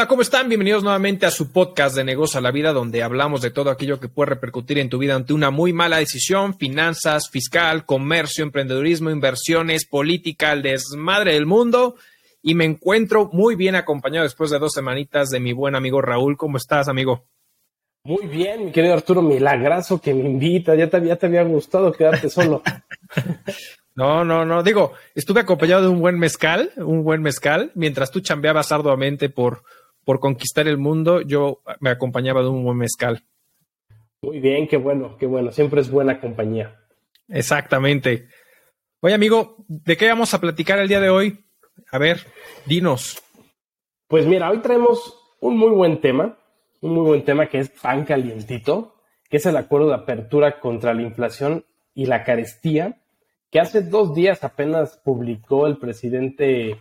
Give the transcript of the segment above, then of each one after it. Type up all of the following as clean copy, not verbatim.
Hola, ¿cómo están? Bienvenidos nuevamente a su podcast de Negocio a la Vida, donde hablamos de todo aquello que puede repercutir en tu vida ante una muy mala decisión: finanzas, fiscal, comercio, emprendedurismo, inversiones, política, el desmadre del mundo. Y me encuentro muy bien acompañado después de 2 semanitas de mi buen amigo Raúl. ¿Cómo estás, amigo? Muy bien, mi querido Arturo, milagrazo que me invita. Ya te había gustado quedarte solo. No. Digo, estuve acompañado de un buen mezcal, mientras tú chambeabas arduamente por conquistar el mundo. Yo me acompañaba de un buen mezcal. Muy bien, qué bueno. Siempre es buena compañía. Exactamente. Oye, amigo, ¿de qué vamos a platicar el día de hoy? A ver, dinos. Pues mira, hoy traemos un muy buen tema que es pan calientito, que es el acuerdo de apertura contra la inflación y la carestía, que hace 2 días apenas publicó el presidente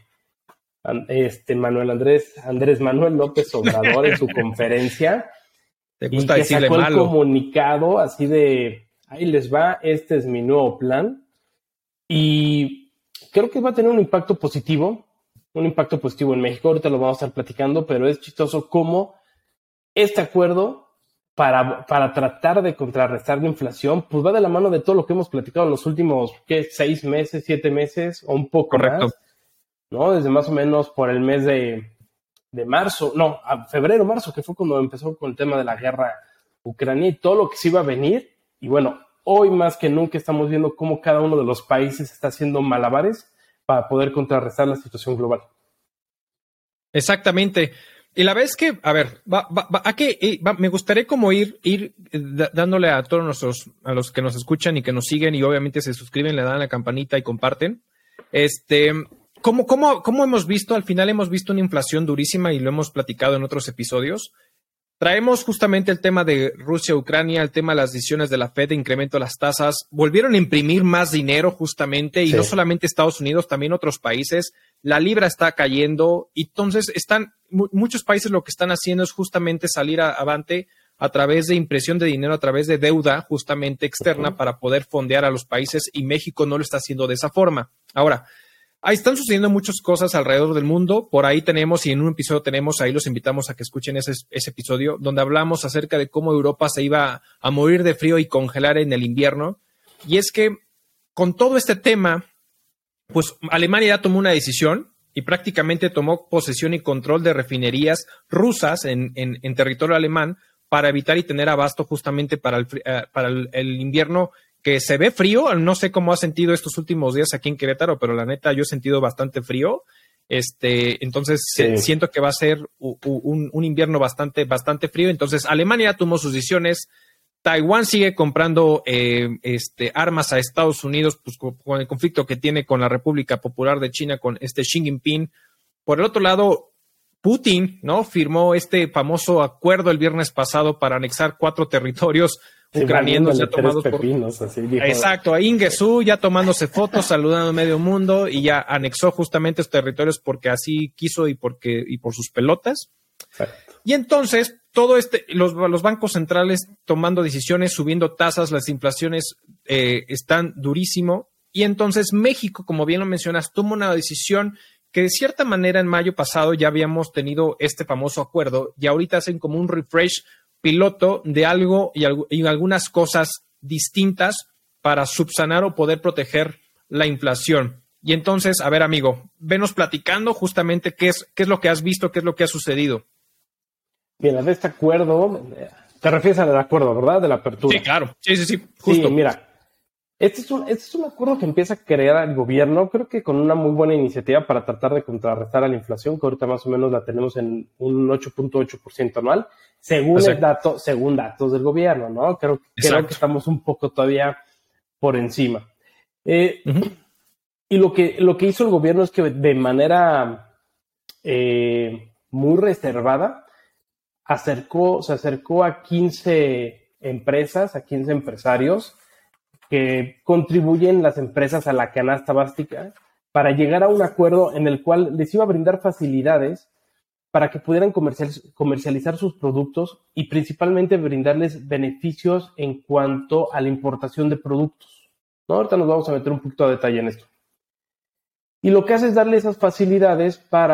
Andrés Manuel López Obrador en su conferencia. ¿Te gusta y que decirle sacó malo? El comunicado así de, ahí les va, este es mi nuevo plan. Y creo que va a tener un impacto positivo en México. Ahorita lo vamos a estar platicando, pero es chistoso cómo este acuerdo para tratar de contrarrestar la inflación, pues va de la mano de todo lo que hemos platicado en los últimos 6 meses, 7 meses o un poco Correcto. más, ¿no? Desde más o menos por el mes de marzo, febrero, marzo, que fue cuando empezó con el tema de la guerra Ucrania y todo lo que se iba a venir. Y bueno, hoy más que nunca estamos viendo cómo cada uno de los países está haciendo malabares para poder contrarrestar la situación global. Exactamente. Y la vez que, a ver, me gustaría como ir dándole a todos a los que nos escuchan y que nos siguen y obviamente se suscriben, le dan a la campanita y comparten. ¿Cómo hemos visto? Al final hemos visto una inflación durísima y lo hemos platicado en otros episodios. Traemos justamente el tema de Rusia, Ucrania, el tema de las decisiones de la Fed de incremento de las tasas. Volvieron a imprimir más dinero justamente, y no solamente Estados Unidos, también otros países. La libra está cayendo y entonces muchos países lo que están haciendo es justamente salir avante a través de impresión de dinero, a través de deuda justamente externa para poder fondear a los países, y México no lo está haciendo de esa forma. Ahora, ahí están sucediendo muchas cosas alrededor del mundo. Por ahí tenemos, y en un episodio tenemos, ahí los invitamos a que escuchen ese episodio, donde hablamos acerca de cómo Europa se iba a morir de frío y congelar en el invierno. Y es que con todo este tema, pues Alemania ya tomó una decisión y prácticamente tomó posesión y control de refinerías rusas en territorio alemán para evitar y tener abasto justamente para el invierno, que se ve frío. No sé cómo has sentido estos últimos días aquí en Querétaro, pero la neta yo he sentido bastante frío. Entonces sí, siento que va a ser un invierno bastante frío. Entonces Alemania tomó sus decisiones. Taiwán sigue comprando armas a Estados Unidos, pues, con el conflicto que tiene con la República Popular de China, con Xi Jinping. Por el otro lado, Putin, ¿no?, firmó este famoso acuerdo el viernes pasado para anexar 4 territorios ucranianos ya tomados pepinos, así dijo. Exacto, a Ingesu ya tomándose fotos, saludando a medio mundo, y ya anexó justamente estos territorios porque así quiso y por sus pelotas. Exacto. Y entonces todo los bancos centrales tomando decisiones, subiendo tasas, las inflaciones están durísimo, y entonces México, como bien lo mencionas, tomó una decisión que de cierta manera en mayo pasado ya habíamos tenido este famoso acuerdo, y ahorita hacen como un refresh piloto de algo y algunas cosas distintas para subsanar o poder proteger la inflación. Y entonces, a ver, amigo, venos platicando justamente qué es lo que has visto, qué es lo que ha sucedido. Bien, de este acuerdo, te refieres al acuerdo, ¿verdad? De la apertura. Sí, claro. Sí, justo. Sí, mira, este es un acuerdo que empieza a crear el gobierno, creo que con una muy buena iniciativa para tratar de contrarrestar a la inflación, que ahorita más o menos la tenemos en un 8.8% anual, según datos del gobierno, ¿no? Creo que estamos un poco todavía por encima. Y lo que hizo el gobierno es que de manera muy reservada se acercó a 15 empresas, a 15 empresarios que contribuyen las empresas a la canasta básica, para llegar a un acuerdo en el cual les iba a brindar facilidades para que pudieran comercializar sus productos y principalmente brindarles beneficios en cuanto a la importación de productos, ¿no? Ahorita nos vamos a meter un poquito a detalle en esto. Y lo que hace es darle esas facilidades para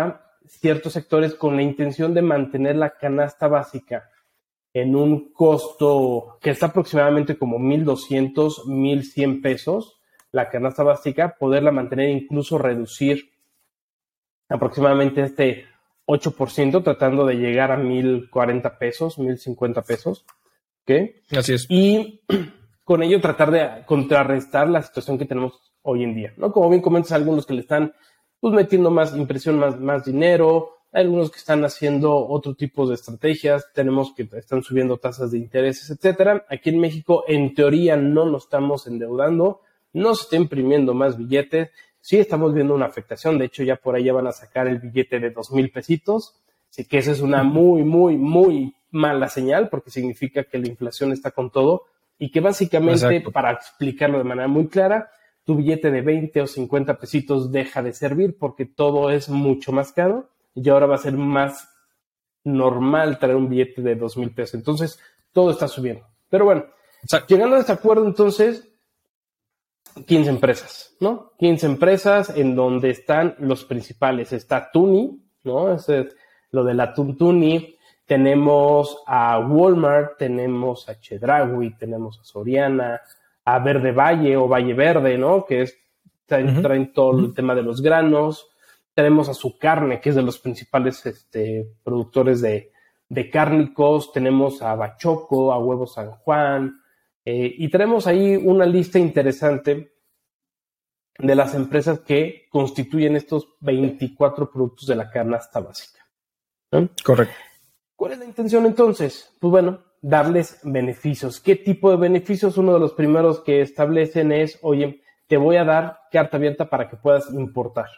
ciertos sectores con la intención de mantener la canasta básica en un costo que está aproximadamente como 1,200, 1,100 pesos, la canasta básica, poderla mantener, incluso reducir aproximadamente este 8%, tratando de llegar a 1,040 pesos, 1,050 pesos. ¿Okay? Así es. Y con ello tratar de contrarrestar la situación que tenemos hoy en día, ¿no? Como bien comentas, algunos que le están pues metiendo más impresión, más dinero, hay algunos que están haciendo otro tipo de estrategias, tenemos que están subiendo tasas de intereses, etcétera. Aquí en México, en teoría, no nos estamos endeudando, no se está imprimiendo más billetes, sí estamos viendo una afectación, de hecho ya por ahí ya van a sacar el billete de 2,000 pesitos, así que esa es una muy, muy, muy mala señal, porque significa que la inflación está con todo y que básicamente, exacto, para explicarlo de manera muy clara, tu billete de 20 o 50 pesitos deja de servir porque todo es mucho más caro y ahora va a ser más normal traer un billete de 2,000 pesos. Entonces, todo está subiendo. Pero bueno, llegando a este acuerdo, entonces, 15 empresas, ¿no? 15 empresas en donde están los principales. Está Tuni, ¿no? Ese es lo del atún Tuni. Tenemos a Walmart, tenemos a Chedraui, tenemos a Soriana, a Verde Valle o Valle Verde, ¿no? Que es, traen todo el tema de los granos. Tenemos a Su Carne, que es de los principales productores de cárnicos. Tenemos a Bachoco, a Huevos San Juan. Y tenemos ahí una lista interesante de las empresas que constituyen estos 24 productos de la canasta básica, ¿no? Correcto. ¿Cuál es la intención entonces? Pues bueno, darles beneficios. ¿Qué tipo de beneficios? Uno de los primeros que establecen es, oye, te voy a dar carta abierta para que puedas importar.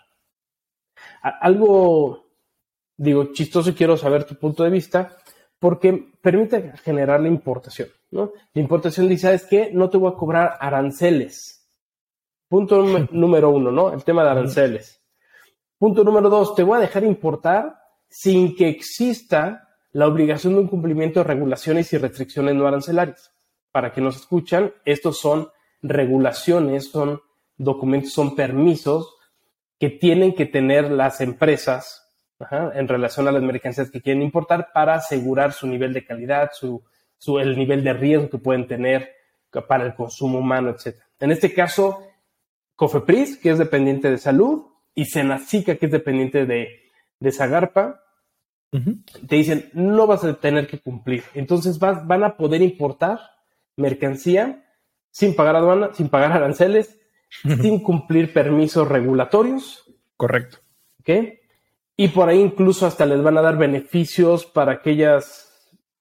Algo, digo, chistoso y quiero saber tu punto de vista, porque permite generar la importación, ¿no? La importación dice, ¿sabes qué? No te voy a cobrar aranceles. Punto número 1, ¿no? El tema de aranceles. Punto número 2, te voy a dejar importar sin que exista la obligación de un cumplimiento de regulaciones y restricciones no arancelarias. Para que nos escuchan, estos son regulaciones, son documentos, son permisos que tienen que tener las empresas en relación a las mercancías que quieren importar para asegurar su nivel de calidad, el nivel de riesgo que pueden tener para el consumo humano, etc. En este caso, COFEPRIS, que es dependiente de salud, y SENACICA, que es dependiente de SAGARPA, te dicen, no vas a tener que cumplir. Entonces van a poder importar mercancía sin pagar aduana, sin pagar aranceles, sin cumplir permisos regulatorios. Correcto. ¿Okay? Y por ahí incluso hasta les van a dar beneficios para aquellas,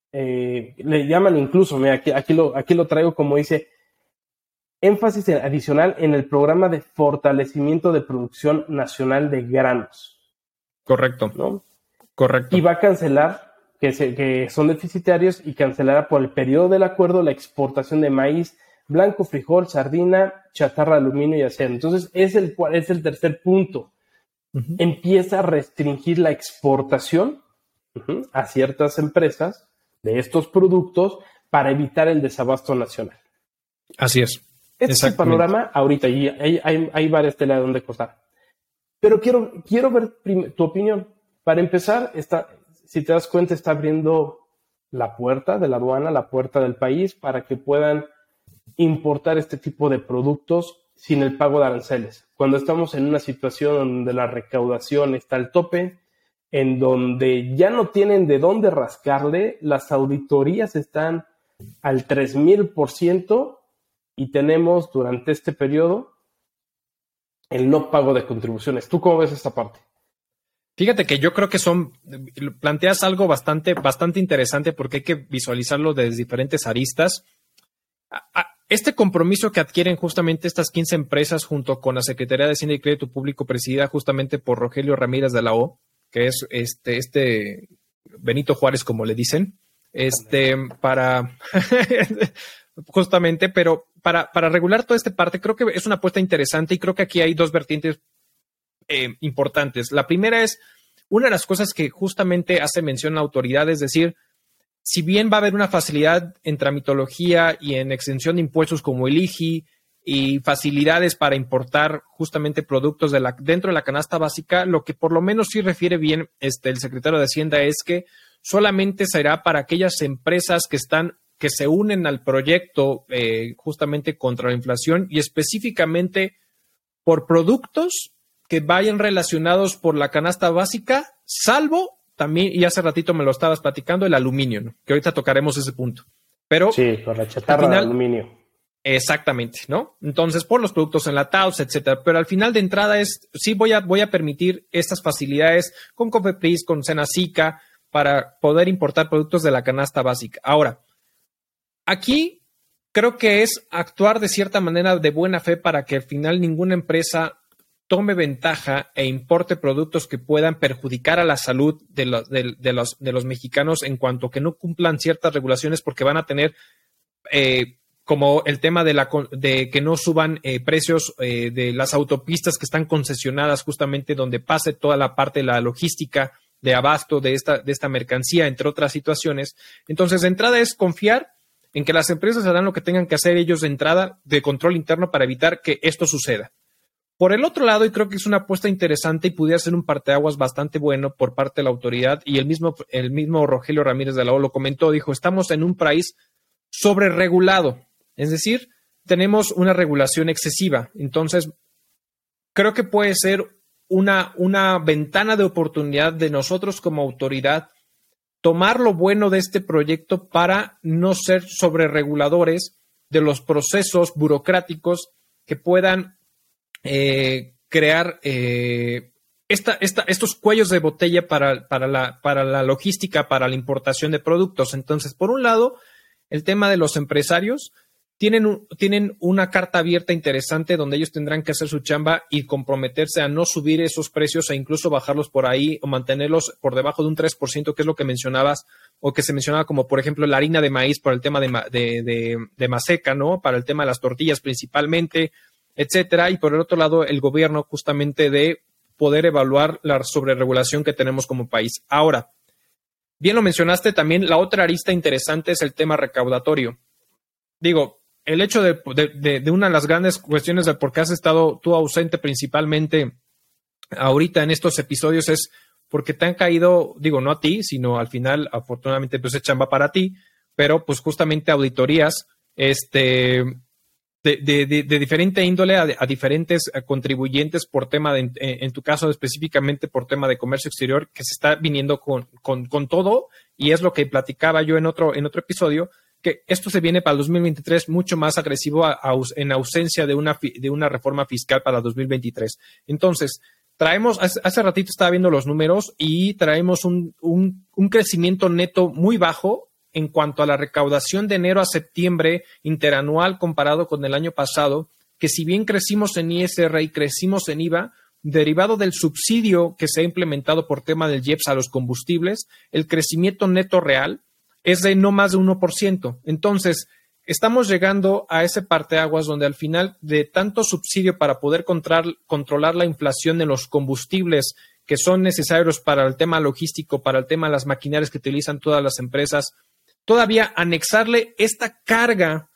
le llaman incluso, mira, aquí lo traigo como dice, énfasis adicional en el programa de fortalecimiento de producción nacional de granos. Correcto. ¿No? Correcto. Y va a cancelar, que son deficitarios, y cancelará por el periodo del acuerdo la exportación de maíz, blanco, frijol, sardina, chatarra, aluminio y acero. Entonces, es el tercer punto. Empieza a restringir la exportación a ciertas empresas de estos productos para evitar el desabasto nacional. Así es. Este es el panorama ahorita y hay varias telas donde cortar. Pero quiero ver tu opinión. Para empezar, si te das cuenta, está abriendo la puerta de la aduana, la puerta del país, para que puedan importar este tipo de productos sin el pago de aranceles. Cuando estamos en una situación donde la recaudación está al tope, en donde ya no tienen de dónde rascarle, las auditorías están al 3,000% y tenemos durante este periodo el no pago de contribuciones. ¿Tú cómo ves esta parte? Fíjate que yo creo que planteas algo bastante interesante porque hay que visualizarlo desde diferentes aristas. Este compromiso que adquieren justamente estas 15 empresas junto con la Secretaría de Hacienda y Crédito Público, presidida justamente por Rogelio Ramírez de la O, que es este Benito Juárez, como le dicen, para justamente, pero para regular toda esta parte, creo que es una apuesta interesante y creo que aquí hay dos vertientes importantes. La primera es una de las cosas que justamente hace mención la autoridad, es decir, si bien va a haber una facilidad en tramitología y en exención de impuestos como el IGI, y facilidades para importar justamente productos dentro de la canasta básica, lo que por lo menos sí refiere bien el secretario de Hacienda es que solamente será para aquellas empresas que se unen al proyecto justamente contra la inflación y específicamente por productos que vayan relacionados por la canasta básica, salvo también, y hace ratito me lo estabas platicando, el aluminio, ¿no? Que ahorita tocaremos ese punto. Pero sí, por la chatarra de aluminio. Exactamente, ¿no? Entonces, por los productos enlatados, etcétera. Pero al final de entrada sí voy a permitir estas facilidades con Cofepris, con Senacica, para poder importar productos de la canasta básica. Ahora, aquí creo que es actuar de cierta manera de buena fe para que al final ninguna empresa tome ventaja e importe productos que puedan perjudicar a la salud de los mexicanos en cuanto que no cumplan ciertas regulaciones, porque van a tener como el tema de que no suban precios de las autopistas que están concesionadas justamente donde pase toda la parte de la logística de abasto de esta mercancía, entre otras situaciones. Entonces, de entrada es confiar en que las empresas harán lo que tengan que hacer ellos de entrada de control interno para evitar que esto suceda. Por el otro lado, y creo que es una apuesta interesante y pudiera ser un parteaguas bastante bueno por parte de la autoridad, y el mismo Rogelio Ramírez de la O lo comentó, dijo, estamos en un país sobreregulado. Es decir, tenemos una regulación excesiva. Entonces, creo que puede ser una ventana de oportunidad de nosotros como autoridad tomar lo bueno de este proyecto para no ser sobrereguladores de los procesos burocráticos que puedan crear estos cuellos de botella para la logística, para la importación de productos. Entonces, por un lado, el tema de los empresarios tienen una carta abierta interesante donde ellos tendrán que hacer su chamba y comprometerse a no subir esos precios e incluso bajarlos por ahí o mantenerlos por debajo de un 3%, que es lo que mencionabas o que se mencionaba como, por ejemplo, la harina de maíz por el tema de Maseca, ¿no? Para el tema de las tortillas principalmente, etcétera. Y por el otro lado, el gobierno justamente de poder evaluar la sobreregulación que tenemos como país. Ahora, bien lo mencionaste también, la otra arista interesante es el tema recaudatorio. Digo, el hecho de una de las grandes cuestiones de por qué has estado tú ausente principalmente ahorita en estos episodios es porque te han caído, digo, no a ti, sino al final, afortunadamente, pues es chamba para ti, pero pues justamente auditorías de diferente índole a diferentes contribuyentes por tema en tu caso específicamente por tema de comercio exterior, que se está viniendo con todo, y es lo que platicaba yo en otro episodio, que esto se viene para el 2023 mucho más agresivo en ausencia de una reforma fiscal para el 2023. Entonces, traemos, hace ratito estaba viendo los números y traemos un crecimiento neto muy bajo en cuanto a la recaudación de enero a septiembre interanual comparado con el año pasado, que si bien crecimos en ISR y crecimos en IVA, derivado del subsidio que se ha implementado por tema del IEPS a los combustibles, el crecimiento neto real es de no más de 1%. Entonces, estamos llegando a ese parteaguas donde al final de tanto subsidio para poder controlar la inflación de los combustibles que son necesarios para el tema logístico, para el tema de las maquinarias que utilizan todas las empresas, todavía anexarle esta carga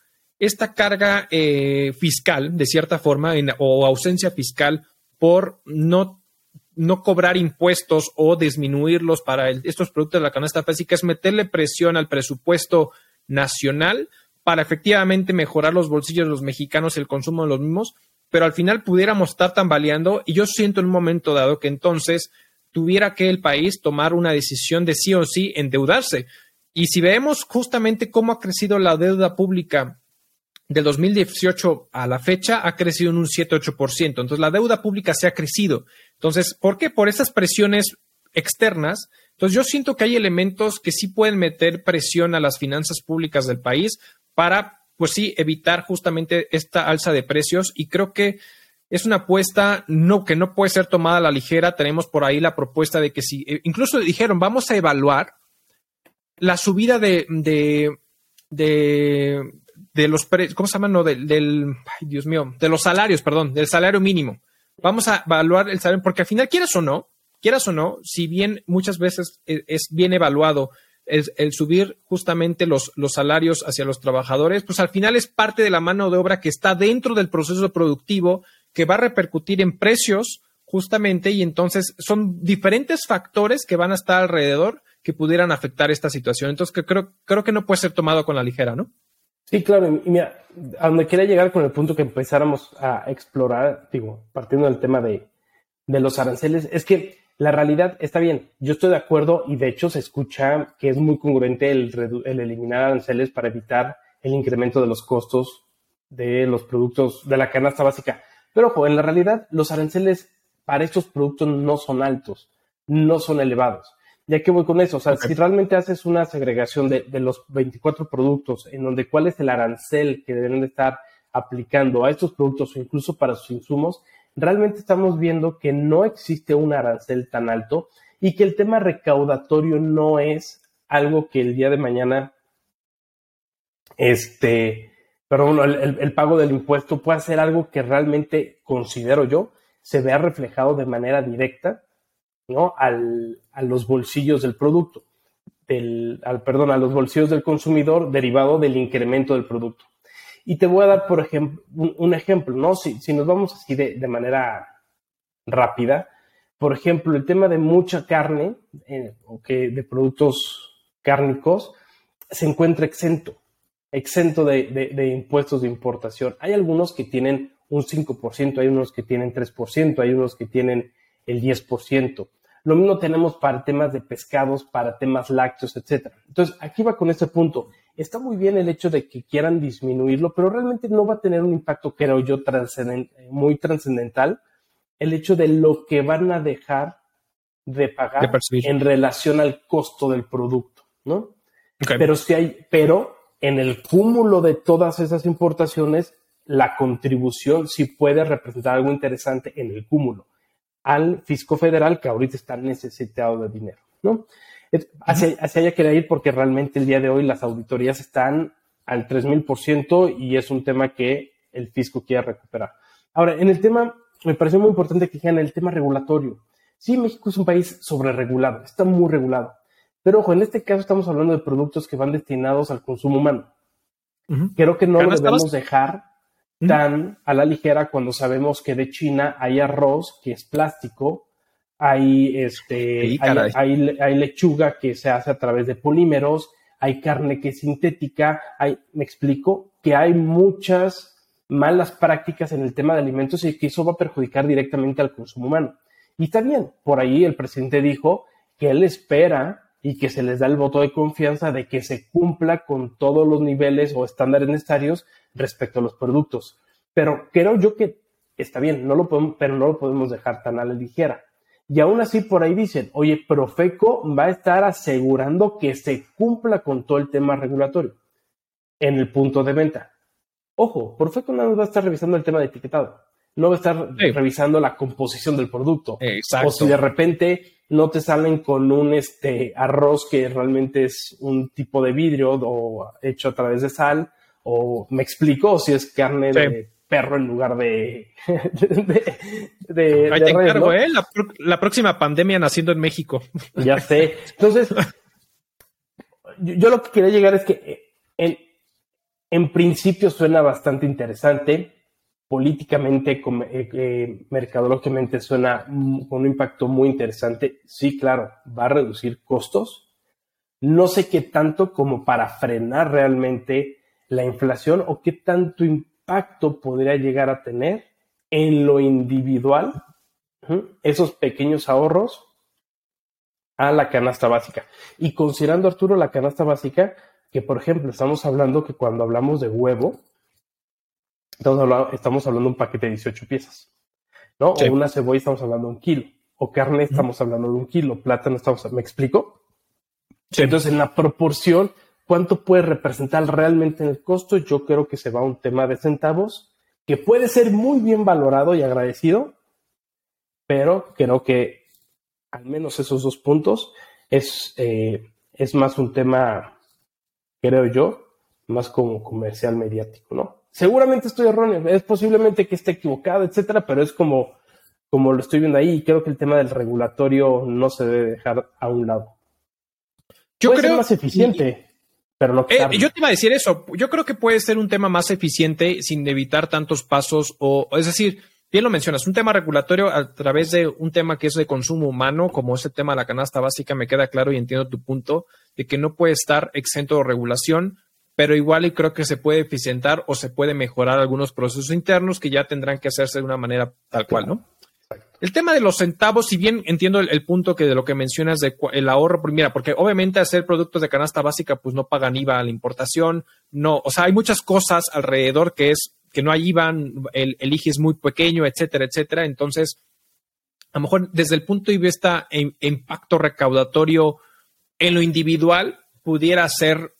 fiscal, de cierta forma, o ausencia fiscal por no cobrar impuestos o disminuirlos para estos productos de la canasta básica, es meterle presión al presupuesto nacional para efectivamente mejorar los bolsillos de los mexicanos y el consumo de los mismos, pero al final pudiéramos estar tambaleando y yo siento en un momento dado que entonces tuviera que el país tomar una decisión de sí o sí endeudarse. Y si vemos justamente cómo ha crecido la deuda pública del 2018 a la fecha, ha crecido en un 7-8%. Entonces, la deuda pública se ha crecido. Entonces, ¿por qué? Por esas presiones externas. Entonces, yo siento que hay elementos que sí pueden meter presión a las finanzas públicas del país para, pues sí, evitar justamente esta alza de precios. Y creo que es una apuesta que no puede ser tomada a la ligera. Tenemos por ahí la propuesta de que si, incluso dijeron, vamos a evaluar la subida de los precios, ¿cómo se llama? No, ay, Dios mío, de los salarios, perdón, del salario mínimo. Vamos a evaluar el salario, porque al final, quieras o no, si bien muchas veces es bien evaluado el subir justamente los salarios hacia los trabajadores, pues al final es parte de la mano de obra que está dentro del proceso productivo, que va a repercutir en precios justamente, y entonces son diferentes factores que van a estar alrededor que pudieran afectar esta situación. Entonces creo que no puede ser tomado con la ligera, ¿no? Sí, claro. Y mira, a donde quería llegar con el punto que empezáramos a explorar, partiendo del tema de los aranceles, es que la realidad está bien. Yo estoy de acuerdo y de hecho se escucha que es muy congruente el eliminar aranceles para evitar el incremento de los costos de los productos de la canasta básica. Pero ojo, en la realidad los aranceles para estos productos no son altos, no son elevados. ¿Ya qué voy con eso? O sea, si realmente haces una segregación de los 24 productos en donde cuál es el arancel que deben de estar aplicando a estos productos o incluso para sus insumos, realmente estamos viendo que no existe un arancel tan alto y que el tema recaudatorio no es algo que el día de mañana, el pago del impuesto pueda ser algo que realmente, considero yo, se vea reflejado de manera directa, ¿no? A los bolsillos del producto, a los bolsillos del consumidor derivado del incremento del producto. Y te voy a dar, por ejemplo, un ejemplo, ¿no? Si nos vamos así de manera rápida, por ejemplo, el tema de mucha carne de productos cárnicos se encuentra exento de impuestos de importación. Hay algunos que tienen un 5%, hay unos que tienen 3%, hay unos que tienen el 10%. Lo mismo tenemos para temas de pescados, para temas lácteos, etcétera. Entonces, aquí va con este punto. Está muy bien el hecho de que quieran disminuirlo, pero realmente no va a tener un impacto, creo yo, muy trascendental, el hecho de lo que van a dejar de pagar en relación al costo del producto, ¿no? Okay. Pero en el cúmulo de todas esas importaciones, la contribución sí puede representar algo interesante en el cúmulo al fisco federal, que ahorita está necesitado de dinero, ¿no? Hacia allá quería ir porque realmente el día de hoy las auditorías están al 3000% y es un tema que el fisco quiere recuperar. Ahora, en el tema, me pareció muy importante que dijeran el tema regulatorio. Sí, México es un país sobreregulado, está muy regulado. Pero ojo, en este caso estamos hablando de productos que van destinados al consumo humano. Creo que no lo debemos dejar tan a la ligera cuando sabemos que de China hay arroz que es plástico, hay lechuga que se hace a través de polímeros, hay carne que es sintética, me explico, que hay muchas malas prácticas en el tema de alimentos y que eso va a perjudicar directamente al consumo humano. Y está bien, por ahí el presidente dijo que él espera y que se les da el voto de confianza de que se cumpla con todos los niveles o estándares necesarios respecto a los productos. Pero creo yo que está bien, pero no lo podemos dejar tan a la ligera. Y aún así por ahí dicen, oye, Profeco va a estar asegurando que se cumpla con todo el tema regulatorio en el punto de venta. Ojo, Profeco no va a estar revisando el tema de etiquetado, no va a estar revisando la composición del producto. Exacto. O si de repente no te salen con un arroz que realmente es un tipo de vidrio o hecho a través de sal, o me explico, si es carne de perro en lugar de ahí te encargo, ¿no? La próxima pandemia naciendo en México. Ya sé. Entonces, yo lo que quería llegar es que en principio suena bastante interesante. Políticamente, mercadológicamente suena con un impacto muy interesante. Sí, claro, va a reducir costos. No sé qué tanto como para frenar realmente la inflación o qué tanto impacto podría llegar a tener en lo individual esos pequeños ahorros a la canasta básica. Y considerando, Arturo, la canasta básica, que por ejemplo estamos hablando que cuando hablamos de huevo, estamos hablando de un paquete de 18 piezas, ¿no? Sí. O una cebolla estamos hablando de 1 kilo, o carne estamos hablando de 1 kilo, plátano ¿me explico? Sí. Entonces, en la proporción, ¿cuánto puede representar realmente en el costo? Yo creo que se va a un tema de centavos, que puede ser muy bien valorado y agradecido, pero creo que al menos esos 2 puntos es más un tema, creo yo, más como comercial mediático, ¿no? Seguramente estoy erróneo, es posiblemente que esté equivocado, etcétera, pero es como lo estoy viendo ahí y creo que el tema del regulatorio no se debe dejar a un lado. Puede ser más eficiente, pero no quitarlo. Yo te iba a decir eso. Yo creo que puede ser un tema más eficiente sin evitar tantos pasos es decir, bien lo mencionas, un tema regulatorio a través de un tema que es de consumo humano, como ese tema de la canasta básica, me queda claro y entiendo tu punto de que no puede estar exento de regulación, pero igual y creo que se puede eficientar o se puede mejorar algunos procesos internos que ya tendrán que hacerse de una manera tal cual, ¿no? El tema de los centavos, si bien entiendo el punto que de lo que mencionas de el ahorro, mira, porque obviamente hacer productos de canasta básica pues no pagan IVA a la importación, no, o sea, hay muchas cosas alrededor que no hay IVA, el IGI es muy pequeño, etcétera, etcétera. Entonces, a lo mejor desde el punto de vista de impacto recaudatorio en lo individual pudiera ser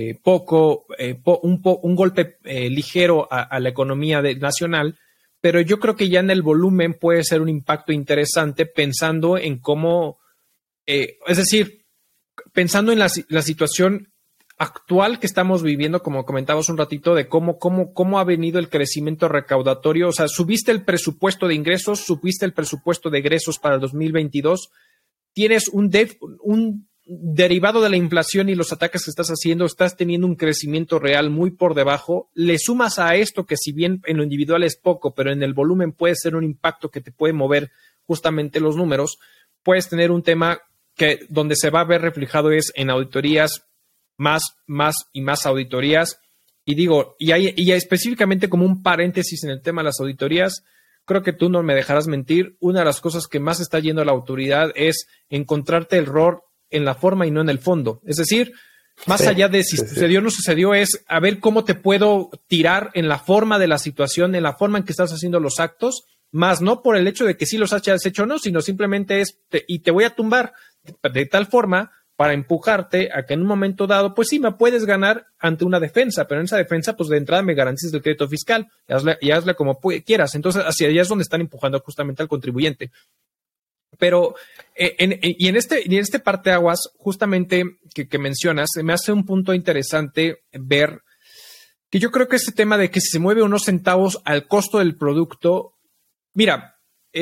un golpe ligero a la economía nacional, pero yo creo que ya en el volumen puede ser un impacto interesante pensando en cómo, es decir, pensando en la situación actual que estamos viviendo, como comentabas un ratito, de cómo ha venido el crecimiento recaudatorio. O sea, subiste el presupuesto de ingresos, subiste el presupuesto de egresos para el 2022, tienes un derivado de la inflación y los ataques que estás haciendo, estás teniendo un crecimiento real muy por debajo. Le sumas a esto que si bien en lo individual es poco, pero en el volumen puede ser un impacto que te puede mover justamente los números, puedes tener un tema que donde se va a ver reflejado es en auditorías, más y más auditorías. Y digo, y específicamente como un paréntesis en el tema de las auditorías, creo que tú no me dejarás mentir, una de las cosas que más está yendo a la autoridad es encontrarte el error en la forma y no en el fondo. Es decir, más allá de si sucedió o no sucedió, es a ver cómo te puedo tirar en la forma de la situación, en la forma en que estás haciendo los actos, más no por el hecho de que sí los hayas hecho o no, sino simplemente y te voy a tumbar de tal forma para empujarte a que en un momento dado, pues sí, me puedes ganar ante una defensa, pero en esa defensa, pues de entrada me garantices el crédito fiscal y hazle como quieras. Entonces, hacia allá es donde están empujando justamente al contribuyente. Pero en este parteaguas, justamente que mencionas, me hace un punto interesante ver que yo creo que este tema de que si se mueve unos centavos al costo del producto, mira,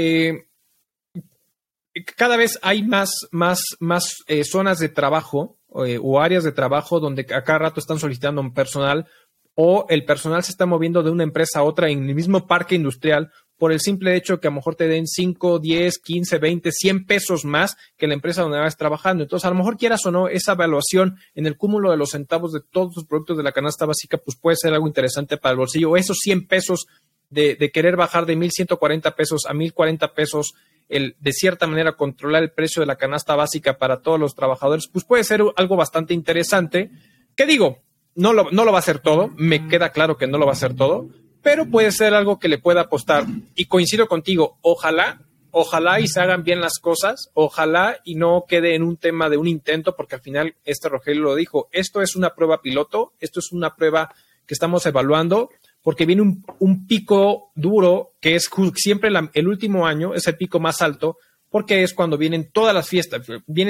cada vez hay más zonas de trabajo o áreas de trabajo donde a cada rato están solicitando un personal o el personal se está moviendo de una empresa a otra en el mismo parque industrial por el simple hecho que a lo mejor te den 5, 10, 15, 20, 100 pesos más que la empresa donde vas trabajando. Entonces, a lo mejor quieras o no, esa evaluación en el cúmulo de los centavos de todos los productos de la canasta básica, pues puede ser algo interesante para el bolsillo. O esos 100 pesos de querer bajar de 1,140 pesos a 1,040 pesos, de cierta manera controlar el precio de la canasta básica para todos los trabajadores, pues puede ser algo bastante interesante. ¿Qué digo? No lo va a hacer todo, me queda claro que no lo va a hacer todo, pero puede ser algo que le pueda apostar. Y coincido contigo, ojalá y se hagan bien las cosas, ojalá y no quede en un tema de un intento, porque al final Rogelio lo dijo, esto es una prueba piloto, esto es una prueba que estamos evaluando, porque viene un pico duro, que es siempre el último año, es el pico más alto, porque es cuando vienen todas las fiestas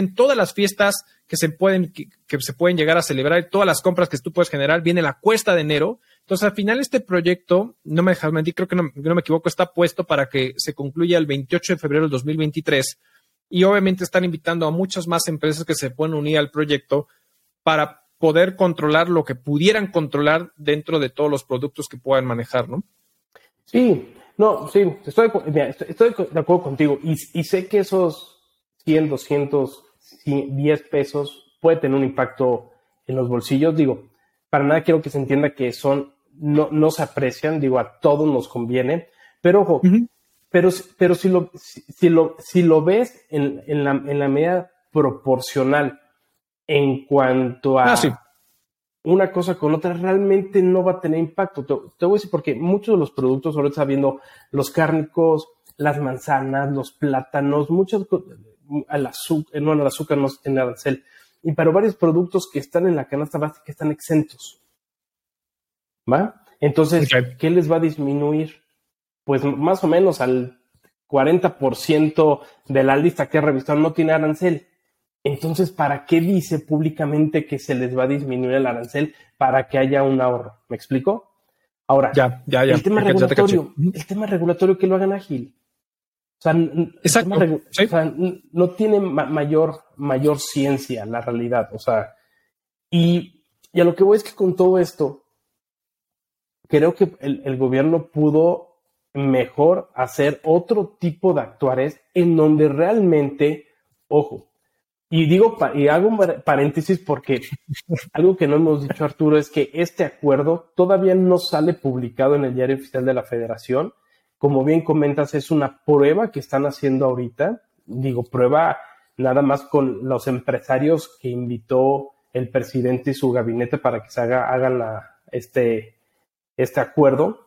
que se pueden llegar a celebrar, todas las compras que tú puedes generar, viene la cuesta de enero. Entonces, al final este proyecto, no me dejas mentir, creo que no me equivoco, está puesto para que se concluya el 28 de febrero del 2023 y obviamente están invitando a muchas más empresas que se pueden unir al proyecto para poder controlar lo que pudieran controlar dentro de todos los productos que puedan manejar, ¿no? Sí, no, sí, estoy de acuerdo contigo y sé que esos 100, 200, 10 pesos puede tener un impacto en los bolsillos. Digo, para nada quiero que se entienda que no se aprecian, digo, a todos nos conviene, pero ojo, pero si lo ves en la medida proporcional en cuanto a sí, una cosa con otra, realmente no va a tener impacto. Te voy a decir porque muchos de los productos, ahora está viendo los cárnicos, las manzanas, los plátanos, el azúcar no tiene arancel, y para varios productos que están en la canasta básica están exentos. ¿Va? Entonces, ¿qué les va a disminuir? Pues más o menos al 40% de la lista que he revisado no tiene arancel. Entonces, ¿para qué dice públicamente que se les va a disminuir el arancel para que haya un ahorro? ¿Me explico? Ahora, ya. el tema regulatorio que lo hagan ágil. O sea, exacto. ¿Sí? O sea, no tiene mayor ciencia la realidad. O sea, y a lo que voy es que con todo esto, creo que el gobierno pudo mejor hacer otro tipo de actuares en donde realmente, ojo, y hago un paréntesis porque algo que no hemos dicho, Arturo, es que este acuerdo todavía no sale publicado en el Diario Oficial de la Federación. Como bien comentas, es una prueba que están haciendo ahorita. Digo, prueba nada más con los empresarios que invitó el presidente y su gabinete para que se hagan este acuerdo.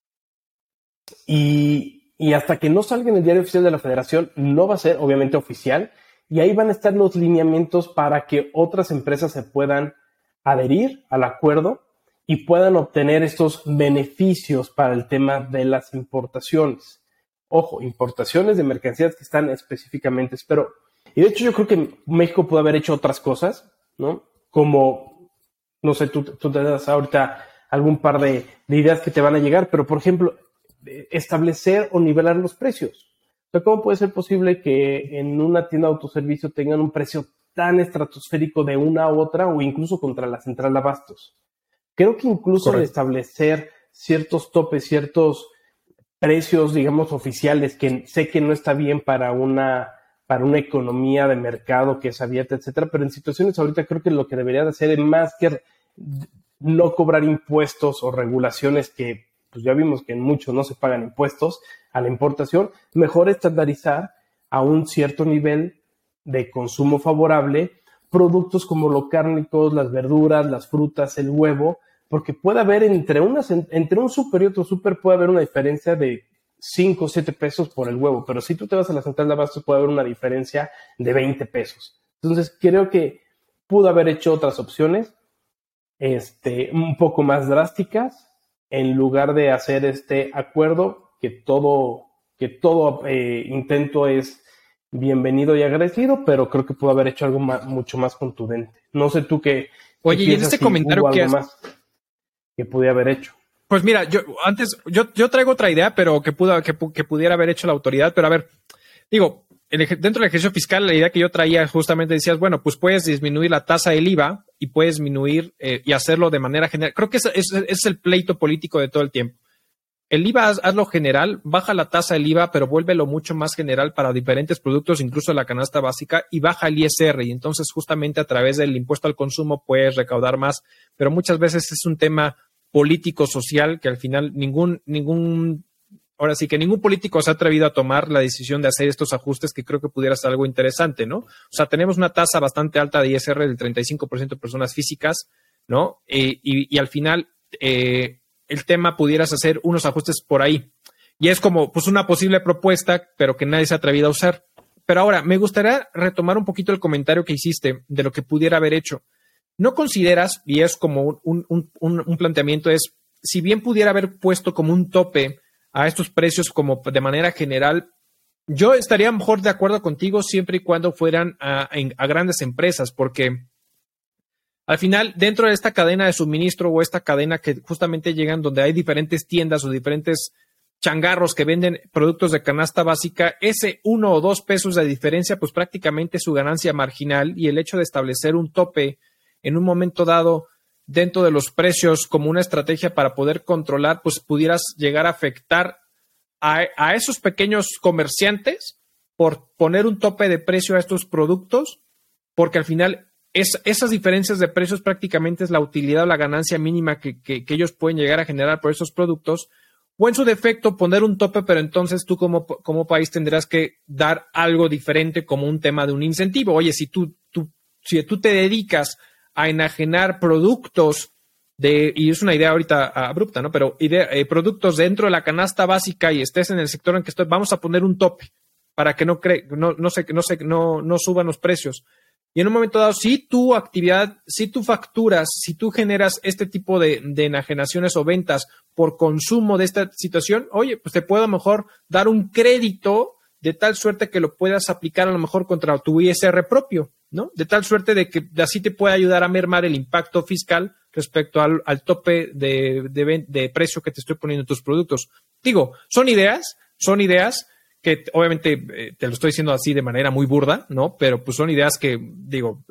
Y hasta que no salga en el Diario Oficial de la Federación, no va a ser obviamente oficial. Y ahí van a estar los lineamientos para que otras empresas se puedan adherir al acuerdo y puedan obtener estos beneficios para el tema de las importaciones. Ojo, importaciones de mercancías que están específicamente, y de hecho yo creo que México puede haber hecho otras cosas, ¿no? Como, no sé, tú te das ahorita algún par de ideas que te van a llegar, pero por ejemplo, establecer o nivelar los precios. O sea, ¿cómo puede ser posible que en una tienda de autoservicio tengan un precio tan estratosférico de una u otra o incluso contra la central de abastos? Creo que incluso el establecer ciertos topes, ciertos precios, digamos, oficiales, que sé que no está bien para una economía de mercado que es abierta, etcétera, pero en situaciones ahorita creo que lo que debería de hacer es más que no cobrar impuestos o regulaciones que pues ya vimos que en muchos no se pagan impuestos a la importación, mejor estandarizar a un cierto nivel de consumo favorable productos como los cárnicos, las verduras, las frutas, el huevo, porque puede haber entre un súper y otro súper puede haber una diferencia de 5 o 7 pesos por el huevo, pero si tú te vas a la central de abastos puede haber una diferencia de 20 pesos. Entonces creo que pudo haber hecho otras opciones un poco más drásticas en lugar de hacer este acuerdo que todo intento es bienvenido y agradecido, pero creo que pudo haber hecho algo mucho más contundente. No sé tú qué. Oye, y en este comentario que más que pude haber hecho. Pues mira, yo traigo otra idea, pero que pudiera haber hecho la autoridad, pero a ver, digo, dentro del ejercicio fiscal, la idea que yo traía justamente decías, bueno, pues puedes disminuir la tasa del IVA y puedes disminuir y hacerlo de manera general. Creo que es el pleito político de todo el tiempo. El IVA, hazlo general, baja la tasa del IVA, pero vuélvelo mucho más general para diferentes productos, incluso la canasta básica, y baja el ISR. Y entonces justamente a través del impuesto al consumo puedes recaudar más, pero muchas veces es un tema político-social que al final ahora sí que ningún político se ha atrevido a tomar la decisión de hacer estos ajustes, que creo que pudiera ser algo interesante, ¿no? O sea, tenemos una tasa bastante alta de ISR del 35% de personas físicas, ¿no? Y al final el tema pudieras hacer unos ajustes por ahí. Y es como pues una posible propuesta, pero que nadie se ha atrevido a usar. Pero ahora, me gustaría retomar un poquito el comentario que hiciste de lo que pudiera haber hecho. ¿No consideras, y es como un planteamiento, es si bien pudiera haber puesto como un tope a estos precios como de manera general, yo estaría mejor de acuerdo contigo siempre y cuando fueran a grandes empresas, porque al final, dentro de esta cadena de suministro o esta cadena que justamente llegan donde hay diferentes tiendas o diferentes changarros que venden productos de canasta básica, ese 1 o 2 pesos de diferencia, pues prácticamente es su ganancia marginal, y el hecho de establecer un tope en un momento dado dentro de los precios como una estrategia para poder controlar, pues pudieras llegar a afectar a esos pequeños comerciantes por poner un tope de precio a estos productos, porque al final esas diferencias de precios prácticamente es la utilidad o la ganancia mínima que ellos pueden llegar a generar por esos productos, o en su defecto poner un tope, pero entonces tú como país tendrás que dar algo diferente como un tema de un incentivo. Oye, si tú te dedicas a enajenar productos y es una idea ahorita abrupta, ¿no? Pero productos dentro de la canasta básica y estés en el sector en que estoy, vamos a poner un tope para que no suban los precios. Y en un momento dado, si tu actividad, si tú facturas, si tú generas este tipo de enajenaciones o ventas por consumo de esta situación, oye, pues te puedo a lo mejor dar un crédito de tal suerte que lo puedas aplicar a lo mejor contra tu ISR propio, ¿no? De tal suerte de que así te puede ayudar a mermar el impacto fiscal respecto al tope de precio que te estoy poniendo en tus productos. Digo, son ideas que obviamente te lo estoy diciendo así de manera muy burda, ¿no? Pero pues son ideas que, digo,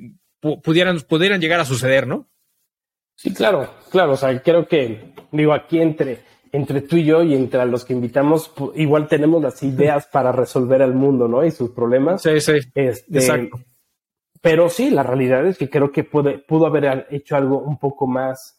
pudieran llegar a suceder, ¿no? Sí, claro. O sea, creo que, digo, aquí entre tú y yo y entre los que invitamos, igual tenemos las ideas para resolver el mundo, ¿no? Y sus problemas. Sí, exacto. Pero sí, la realidad es que creo que pudo haber hecho algo un poco más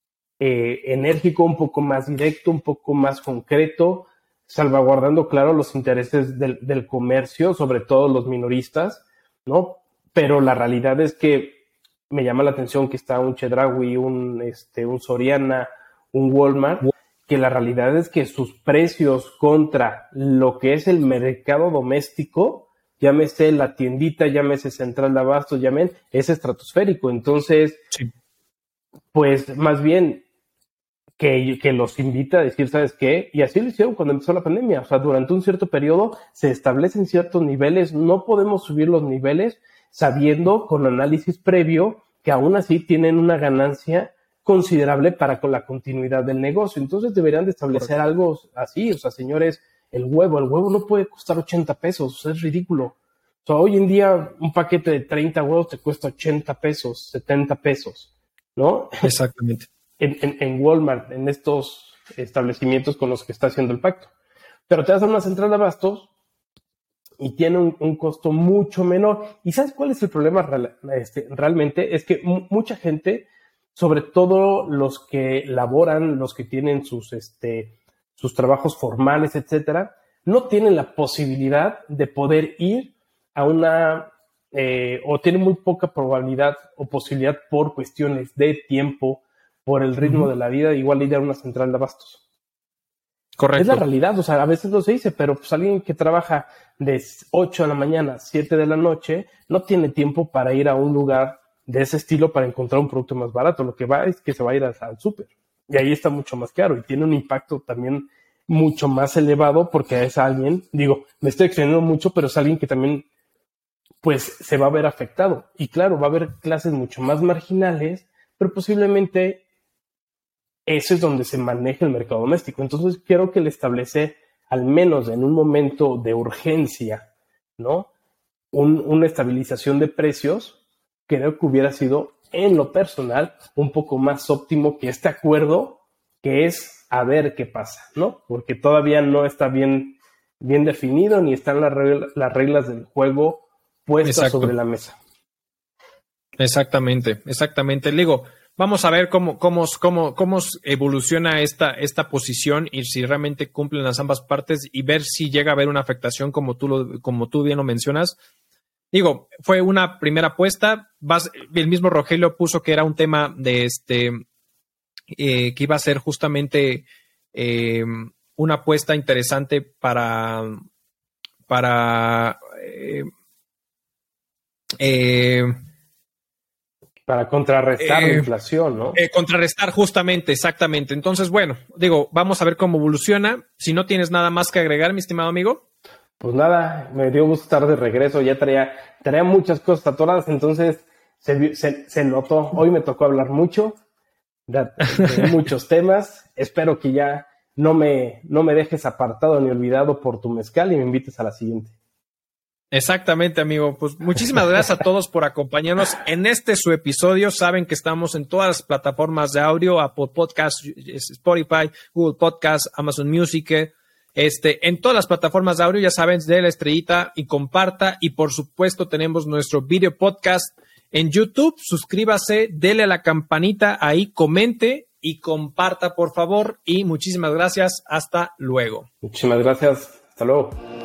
enérgico, un poco más directo, un poco más concreto, salvaguardando, claro, los intereses del comercio, sobre todo los minoristas, ¿no? Pero la realidad es que me llama la atención que está un Chedraui, un Soriana, un Walmart, que la realidad es que sus precios contra lo que es el mercado doméstico, llámese la tiendita, llámese Central de Abastos, es estratosférico. Entonces, sí, pues más bien que los invita a decir, ¿sabes qué? Y así lo hicieron cuando empezó la pandemia. O sea, durante un cierto periodo se establecen ciertos niveles, no podemos subir los niveles sabiendo con análisis previo que aún así tienen una ganancia considerable para con la continuidad del negocio. Entonces deberían de establecer algo así. O sea, señores, el huevo no puede costar 80 pesos, o sea, es ridículo. O sea, hoy en día un paquete de 30 huevos te cuesta 80 pesos, 70 pesos, ¿no? Exactamente. En Walmart, en estos establecimientos con los que está haciendo el pacto. Pero te vas a una central de abastos y tiene un costo mucho menor. ¿Y sabes cuál es el problema realmente? Es que mucha gente, sobre todo los que laboran, los que tienen sus trabajos formales, etcétera, no tienen la posibilidad de poder ir a una, o tienen muy poca probabilidad o posibilidad por cuestiones de tiempo, por el ritmo de la vida, igual ir a una central de abastos. Correcto. Es la realidad, o sea, a veces no se dice, pero pues alguien que trabaja de 8 de la mañana a 7 de la noche no tiene tiempo para ir a un lugar de ese estilo para encontrar un producto más barato. Lo que va es que se va a ir al súper y ahí está mucho más caro y tiene un impacto también mucho más elevado porque es alguien, digo, me estoy extendiendo mucho, pero es alguien que también pues se va a ver afectado. Y claro, va a haber clases mucho más marginales, pero posiblemente eso es donde se maneja el mercado doméstico. Entonces, creo que le establece, al menos en un momento de urgencia, ¿no? Una estabilización de precios, creo que hubiera sido, en lo personal, un poco más óptimo que este acuerdo, que es a ver qué pasa, ¿no? Porque todavía no está bien definido, ni están las reglas del juego puestas sobre la mesa. Exactamente. Digo, vamos a ver cómo evoluciona esta posición y si realmente cumplen las ambas partes y ver si llega a haber una afectación como tú bien lo mencionas. Digo, fue una primera apuesta. El mismo Rogelio puso que era un tema de que iba a ser justamente una apuesta interesante para contrarrestar la inflación, ¿no? Contrarrestar justamente, exactamente. Entonces, bueno, digo, vamos a ver cómo evoluciona. Si no tienes nada más que agregar, mi estimado amigo. Pues nada, me dio gusto estar de regreso. Ya traía muchas cosas atoradas, entonces se notó. Hoy me tocó hablar mucho de muchos temas. Espero que ya no me dejes apartado ni olvidado por tu mezcal y me invites a la siguiente. Exactamente, amigo. Pues muchísimas gracias a todos por acompañarnos en su episodio. Saben que estamos en todas las plataformas de audio, Apple Podcasts, Spotify, Google Podcasts, Amazon Music, en todas las plataformas de audio. Ya saben, dé la estrellita y comparta. Y por supuesto tenemos nuestro video podcast en YouTube. Suscríbase, dele a la campanita ahí, comente y comparta, por favor. Y muchísimas gracias. Hasta luego. Muchísimas gracias. Hasta luego.